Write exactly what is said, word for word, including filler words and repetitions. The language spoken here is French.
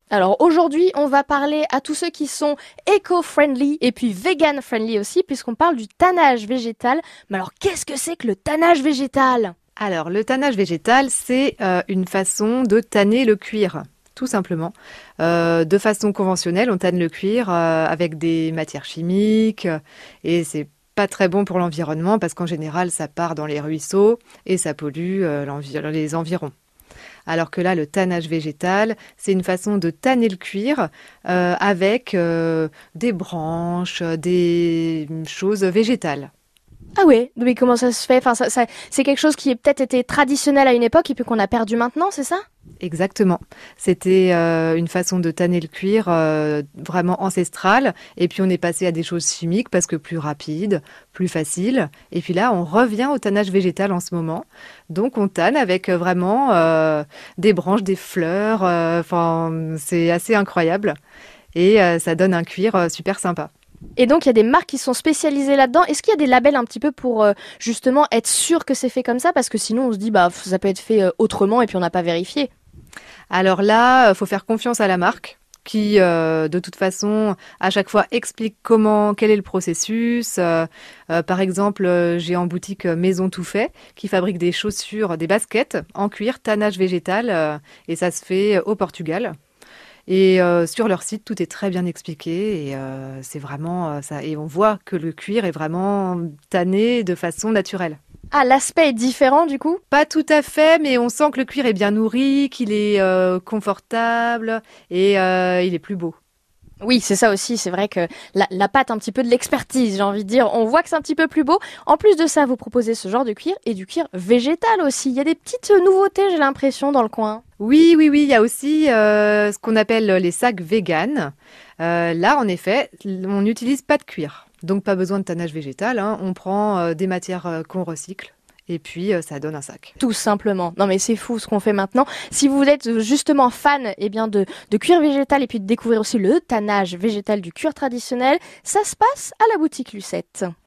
Alors aujourd'hui, on va parler à tous ceux qui sont éco-friendly et puis vegan-friendly aussi, puisqu'on parle du tannage végétal. Mais alors, qu'est-ce que c'est que le tannage végétal? Alors, le tannage végétal, c'est euh, une façon de tanner le cuir, tout simplement. Euh, de façon conventionnelle, on tanne le cuir euh, avec des matières chimiques euh, et c'est pas très bon pour l'environnement parce qu'en général, ça part dans les ruisseaux et ça pollue euh, l'envi- les environs. Alors que là, le tannage végétal, c'est une façon de tanner le cuir euh, avec euh, des branches, des choses végétales. Ah ouais, mais comment ça se fait? Enfin, ça, ça- c'est quelque chose qui est peut-être été traditionnel à une époque et puis qu'on a perdu maintenant, c'est ça? Exactement. C'était euh, une façon de tanner le cuir euh, vraiment ancestrale. Et puis on est passé à des choses chimiques parce que plus rapide, plus facile. Et puis là, on revient au tannage végétal en ce moment. Donc on tanne avec euh, vraiment euh, des branches, des fleurs. euh, Enfin, c'est assez incroyable. Et euh, ça donne un cuir euh, super sympa. Et donc, il y a des marques qui sont spécialisées là-dedans. Est-ce qu'il y a des labels un petit peu pour euh, justement être sûr que c'est fait comme ça? Parce que sinon, on se dit, bah, ça peut être fait euh, autrement et puis on n'a pas vérifié. Alors là, il faut faire confiance à la marque qui, euh, de toute façon, à chaque fois explique comment, quel est le processus. Euh, euh, par exemple, euh, j'ai en boutique euh, Maison Tout Fait qui fabrique des chaussures, des baskets en cuir, tannage végétal, euh, et ça se fait au Portugal. Et euh, sur leur site, tout est très bien expliqué et euh, c'est vraiment euh, ça. Et on voit que le cuir est vraiment tanné de façon naturelle. Ah, l'aspect est différent du coup? Pas tout à fait, mais on sent que le cuir est bien nourri, qu'il est euh, confortable et euh, il est plus beau. Oui, c'est ça aussi. C'est vrai que la, la pâte, un petit peu de l'expertise, j'ai envie de dire. On voit que c'est un petit peu plus beau. En plus de ça, vous proposez ce genre de cuir et du cuir végétal aussi. Il y a des petites nouveautés, j'ai l'impression, dans le coin. Oui, oui, oui, il y a aussi euh, ce qu'on appelle les sacs véganes. Euh, là, en effet, on n'utilise pas de cuir, donc pas besoin de tannage végétal, hein. On prend euh, des matières euh, qu'on recycle et puis euh, ça donne un sac. Tout simplement. Non mais c'est fou ce qu'on fait maintenant. Si vous êtes justement fan eh bien de, de cuir végétal et puis de découvrir aussi le tannage végétal du cuir traditionnel, ça se passe à la boutique Lucette.